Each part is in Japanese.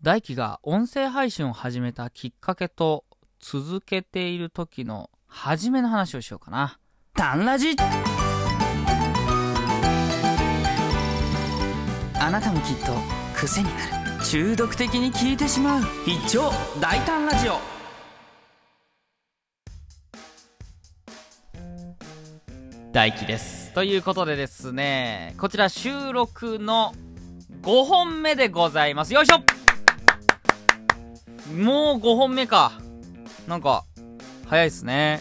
大輝が音声配信を始めたきっかけと続けている時の初めの話をしようかな。タンラジ。あなたもきっと癖になる、中毒的に聞いてしまう一丁大胆ラジオ。大輝です。ということでですね、こちら収録の5本目でございます。よいしょ。もう5本目か。なんか早いっすね。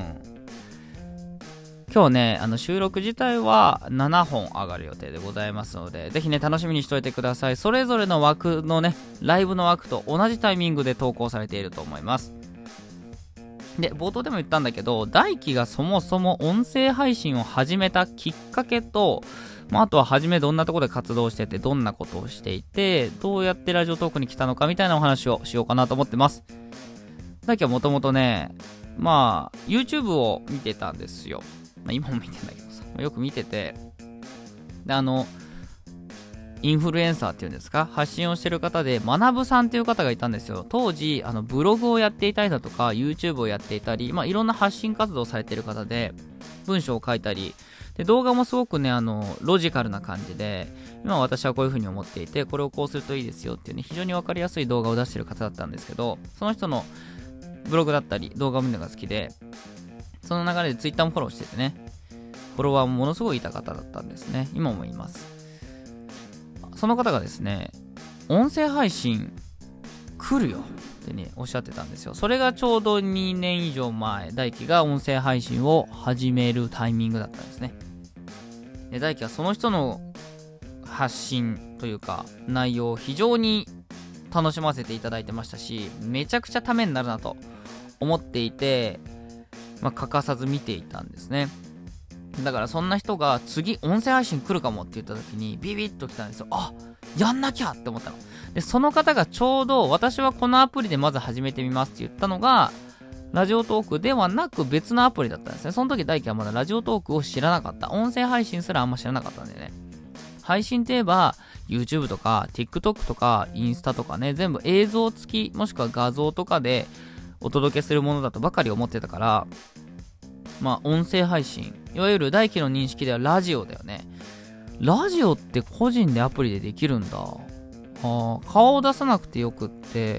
今日ね、収録自体は7本上がる予定でございますので、ぜひね楽しみにしておいてください。それぞれの枠のね、ライブの枠と同じタイミングで投稿されていると思います。で、冒頭でも言ったんだけど、大輝がそもそも音声配信を始めたきっかけと、あとは初めどんなところで活動してて、どんなことをしていて、どうやってラジオトークに来たのかみたいなお話をしようかなと思ってます。大輝はもともとね、YouTube を見てたんですよ。今も見てんだけどさ、よく見てて、で、インフルエンサーっていうんですか、発信をしてる方で、学さんっていう方がいたんですよ。当時、ブログをやっていたりだとか、YouTube をやっていたり、いろんな発信活動をされている方で、文章を書いたり、で、動画もすごくね、ロジカルな感じで、今私はこういう風に思っていて、これをこうするといいですよっていうね、非常にわかりやすい動画を出している方だったんですけど、その人のブログだったり、動画を見るのが好きで、その流れで Twitter もフォローしててね、フォロワーもものすごいいた方だったんですね。今もいます。その方がですね、音声配信来るよってね、おっしゃってたんですよ。それがちょうど2年以上前、大輝が音声配信を始めるタイミングだったんですね。で、大輝はその人の発信というか内容を非常に楽しませていただいてましたし、めちゃくちゃためになるなと思っていて、欠かさず見ていたんですね。だからそんな人が次音声配信来るかもって言った時にビビッと来たんですよ。あ、やんなきゃって思ったの。で、その方がちょうど私はこのアプリでまず始めてみますって言ったのがラジオトークではなく別のアプリだったんですね。その時大輝はまだラジオトークを知らなかった。音声配信すらあんま知らなかったんでね。配信といえば YouTube とか TikTok とかインスタとかね、全部映像付きもしくは画像とかでお届けするものだとばかり思ってたから、音声配信、いわゆる大輝の認識ではラジオだよね。ラジオって個人でアプリでできるんだ。顔を出さなくてよくって、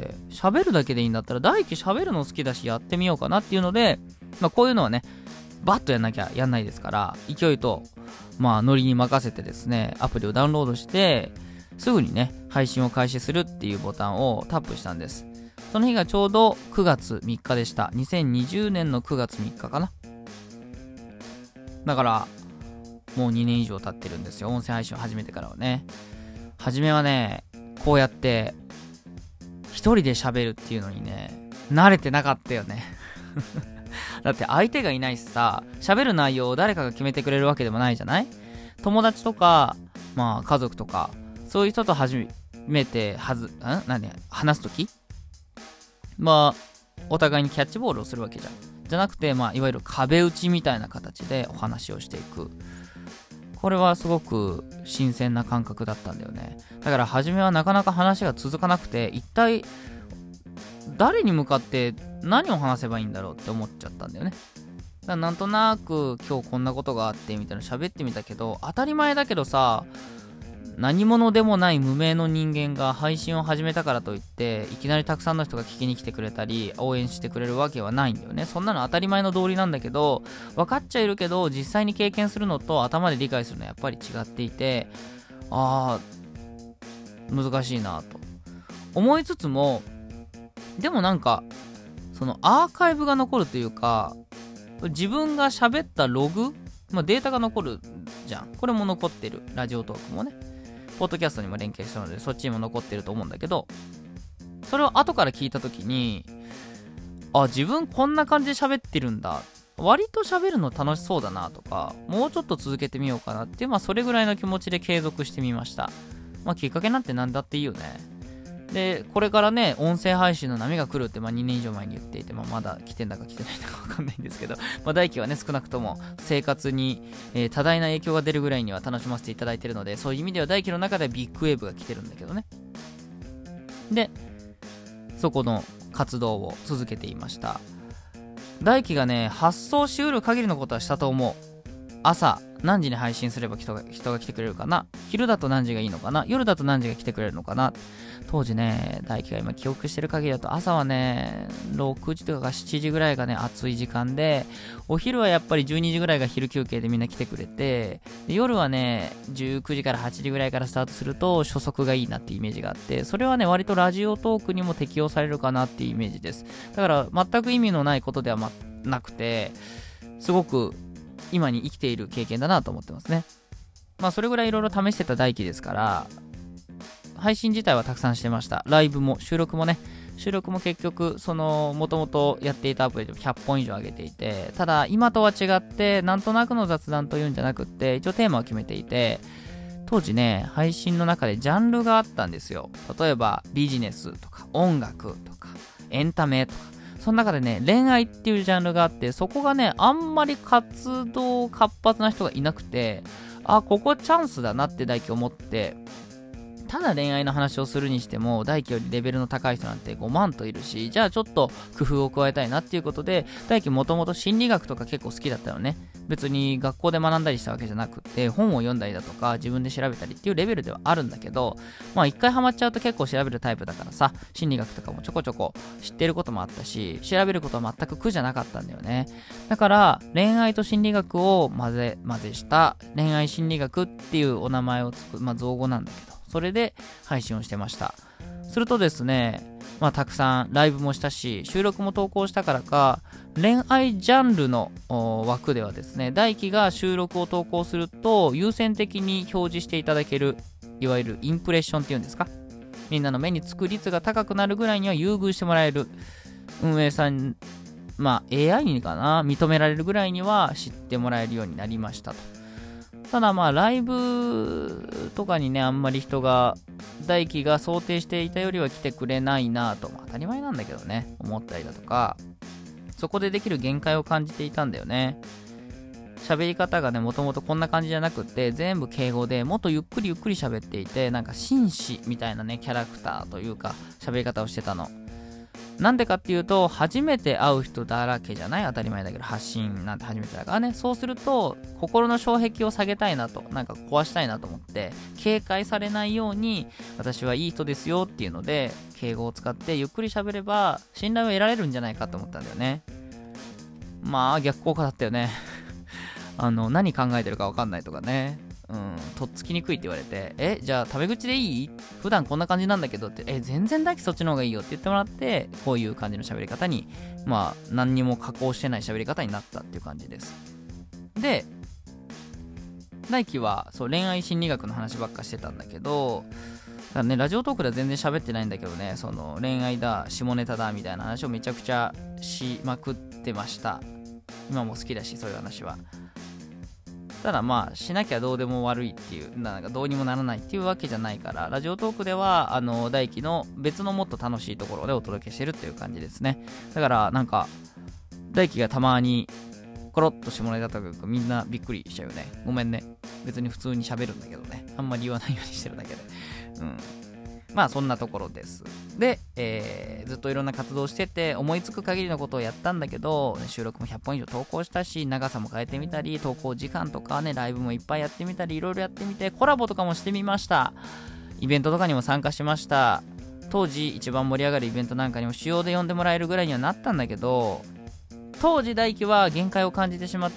喋るだけでいいんだったら大輝喋るの好きだしやってみようかなっていうので、こういうのはね、バッとやんなきゃやんないですから、勢いと、ノリに任せてですね、アプリをダウンロードして、すぐにね、配信を開始するっていうボタンをタップしたんです。その日がちょうど9月3日でした。2020年の9月3日かな。だからもう2年以上経ってるんですよ、音声配信を始めてからはね。初めはね、こうやって一人で喋るっていうのにね、慣れてなかったよねだって相手がいないしさ、喋る内容を誰かが決めてくれるわけでもないじゃない。友達とか家族とかそういう人と初めて話すとき、お互いにキャッチボールをするわけじゃなくて、いわゆる壁打ちみたいな形でお話をしていく。これはすごく新鮮な感覚だったんだよね。だから初めはなかなか話が続かなくて、一体誰に向かって何を話せばいいんだろうって思っちゃったんだよね。だからなんとなく今日こんなことがあってみたいな喋ってみたけど、当たり前だけどさ、何者でもない無名の人間が配信を始めたからといっていきなりたくさんの人が聞きに来てくれたり応援してくれるわけはないんだよね。そんなの当たり前の道理なんだけど、分かっちゃいるけど実際に経験するのと頭で理解するのはやっぱり違っていて、難しいなと思いつつも、でもそのアーカイブが残るというか、自分が喋ったログ、データが残るじゃん。これも残ってる。ラジオトークもね、ポッドキャストにも連携したのでそっちにも残ってると思うんだけど、それを後から聞いた時に、自分こんな感じで喋ってるんだ、割と喋るの楽しそうだなとか、もうちょっと続けてみようかなっていう、それぐらいの気持ちで継続してみました。きっかけなんて何だっていいよね。で、これからね、音声配信の波が来るって2年以上前に言っていて、まだ来てんだか来てないんだか分かんないんですけど、大輝はね、少なくとも生活に、多大な影響が出るぐらいには楽しませていただいているので、そういう意味では大輝の中でビッグウェーブが来てるんだけどね。 でそこの活動を続けていました。大輝がね、発想しうる限りのことはしたと思う。朝何時に配信すれば人が来てくれるかな、昼だと何時がいいのかな、夜だと何時が来てくれるのかな。当時ね、大輝が今記憶してる限りだと朝はね6時とか7時ぐらいがね暑い時間で、お昼はやっぱり12時ぐらいが昼休憩でみんな来てくれて、で夜はね19時から8時ぐらいからスタートすると初速がいいなっていうイメージがあって、それはね割とラジオトークにも適用されるかなっていうイメージです。だから全く意味のないことではなくて、すごく今に生きている経験だなと思ってますね。まあそれぐらいいろいろ試してた大輝ですから、配信自体はたくさんしてました。ライブも収録も結局その元々やっていたアプリでも100本以上上げていて、ただ今とは違ってなんとなくの雑談というんじゃなくって、一応テーマを決めていて、当時ね配信の中でジャンルがあったんですよ。例えばビジネスとか音楽とかエンタメとか、その中でね恋愛っていうジャンルがあって、そこがねあんまり活動活発な人がいなくて、ここチャンスだなって大輝思って、ただ恋愛の話をするにしても大輝よりレベルの高い人なんて5万といるし、じゃあちょっと工夫を加えたいなっていうことで、大輝もともと心理学とか結構好きだったのね。別に学校で学んだりしたわけじゃなくて、本を読んだりだとか自分で調べたりっていうレベルではあるんだけど、まあ一回ハマっちゃうと結構調べるタイプだからさ、心理学とかもちょこちょこ知ってることもあったし、調べることは全く苦じゃなかったんだよね。だから恋愛と心理学を混ぜした恋愛心理学っていうお名前を造語なんだけど、それで配信をしてました。するとですね、たくさんライブもしたし、収録も投稿したからか、恋愛ジャンルの枠ではですね、大輝が収録を投稿すると優先的に表示していただける、いわゆるインプレッションっていうんですか、みんなの目につく率が高くなるぐらいには優遇してもらえる、運営さん、AI にかな、認められるぐらいには知ってもらえるようになりましたと。ただライブとかにねあんまり人が大輝が想定していたよりは来てくれないなと、当たり前なんだけどね思ったりだとか、そこでできる限界を感じていたんだよね。喋り方がねもともとこんな感じじゃなくて、全部敬語でもっとゆっくり喋っていて、なんか紳士みたいなねキャラクターというか喋り方をしてたの。なんでかっていうと、初めて会う人だらけじゃない、当たり前だけど発信なんて初めてだからね。そうすると心の障壁を下げたいなと、なんか壊したいなと思って、警戒されないように私はいい人ですよっていうので敬語を使ってゆっくり喋れば信頼を得られるんじゃないかと思ったんだよね。逆効果だったよね何考えてるか分かんないとかね、とっつきにくいって言われて、じゃあタメ口でいい？普段こんな感じなんだけどって、全然大輝そっちの方がいいよって言ってもらって、こういう感じの喋り方に、何にも加工してない喋り方になったっていう感じです。で、大輝はそう恋愛心理学の話ばっかしてたんだけど、だからね、ラジオトークでは全然喋ってないんだけどね、その恋愛だ、下ネタだみたいな話をめちゃくちゃしまくってました。今も好きだし、そういう話は。ただしなきゃどうでも悪いっていう、なんかどうにもならないっていうわけじゃないから、ラジオトークでは大輝の別のもっと楽しいところでお届けしてるっていう感じですね。だからなんか大輝がたまにコロッと下ネタとかみんなびっくりしちゃうよね。ごめんね。別に普通に喋るんだけどね、あんまり言わないようにしてるだけで。そんなところです。で、ずっといろんな活動してて、思いつく限りのことをやったんだけど、収録も100本以上投稿したし、長さも変えてみたり、投稿時間とかね、ライブもいっぱいやってみたり、いろいろやってみて、コラボとかもしてみました。イベントとかにも参加しました。当時一番盛り上がるイベントなんかにも主要で呼んでもらえるぐらいにはなったんだけど、当時大輝は限界を感じてしまって、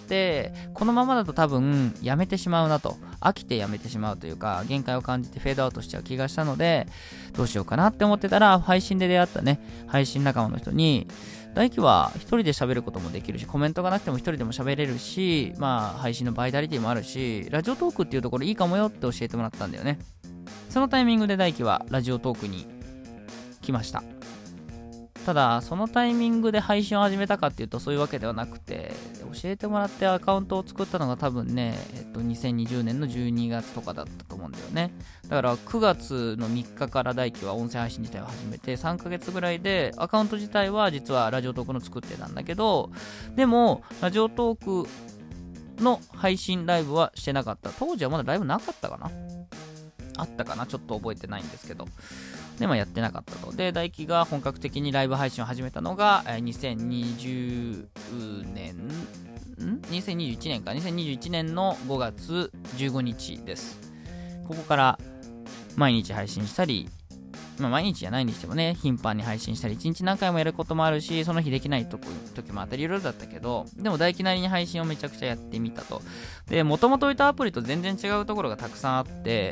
このままだと多分やめてしまうなと、飽きてやめてしまうというか、限界を感じてフェードアウトしちゃう気がしたので、どうしようかなって思ってたら、配信で出会ったね配信仲間の人に、大輝は一人で喋ることもできるし、コメントがなくても一人でも喋れるし、配信のバイタリティもあるし、ラジオトークっていうところいいかもよって教えてもらったんだよね。そのタイミングで大輝はラジオトークに来ました。ただそのタイミングで配信を始めたかっていうとそういうわけではなくて、教えてもらってアカウントを作ったのが多分ね、2020年の12月とかだったと思うんだよね。だから9月の3日から大輝は音声配信自体を始めて3ヶ月ぐらいで、アカウント自体は実はラジオトークの作ってたんだけど、でもラジオトークの配信ライブはしてなかった。当時はまだライブなかったかな、あったかな、ちょっと覚えてないんですけど、 で、やってなかったと。で、大輝が本格的にライブ配信を始めたのが、2020年、2021年か、2021年の5月15日です。ここから毎日配信したり、毎日じゃないにしてもね、頻繁に配信したり、1日何回もやることもあるし、その日できない時もあったりいろいろだったけど、でも大輝なりに配信をめちゃくちゃやってみたと。で、もともといたアプリと全然違うところがたくさんあって、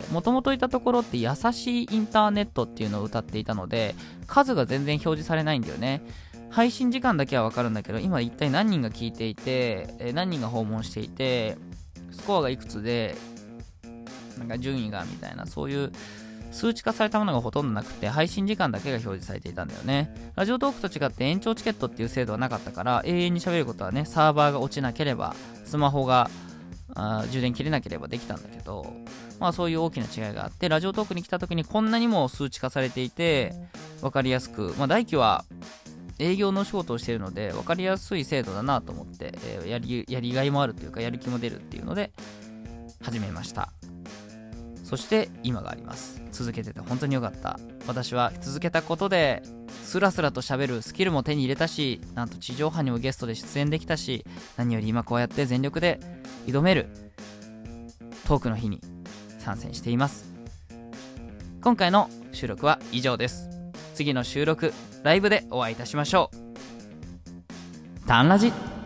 もともといたところって優しいインターネットっていうのを歌っていたので、数が全然表示されないんだよね。配信時間だけはわかるんだけど、今一体何人が聞いていて、何人が訪問していて、スコアがいくつで、なんか順位がみたいな、そういう数値化されたものがほとんどなくて、配信時間だけが表示されていたんだよね。ラジオトークと違って延長チケットっていう制度はなかったから、永遠に喋ることはね、サーバーが落ちなければ、スマホが充電切れなければできたんだけど、そういう大きな違いがあって、ラジオトークに来た時にこんなにも数値化されていて、分かりやすく、大輝は営業の仕事をしているので分かりやすい制度だなと思って、やりがいもあるというか、やる気も出るっていうので始めました。そして今があります。続けてて本当に良かった。私は続けたことでスラスラと喋るスキルも手に入れたし、なんと地上波にもゲストで出演できたし、何より今こうやって全力で挑めるトークの日に参戦しています。今回の収録は以上です。次の収録ライブでお会いいたしましょう。タンラジ。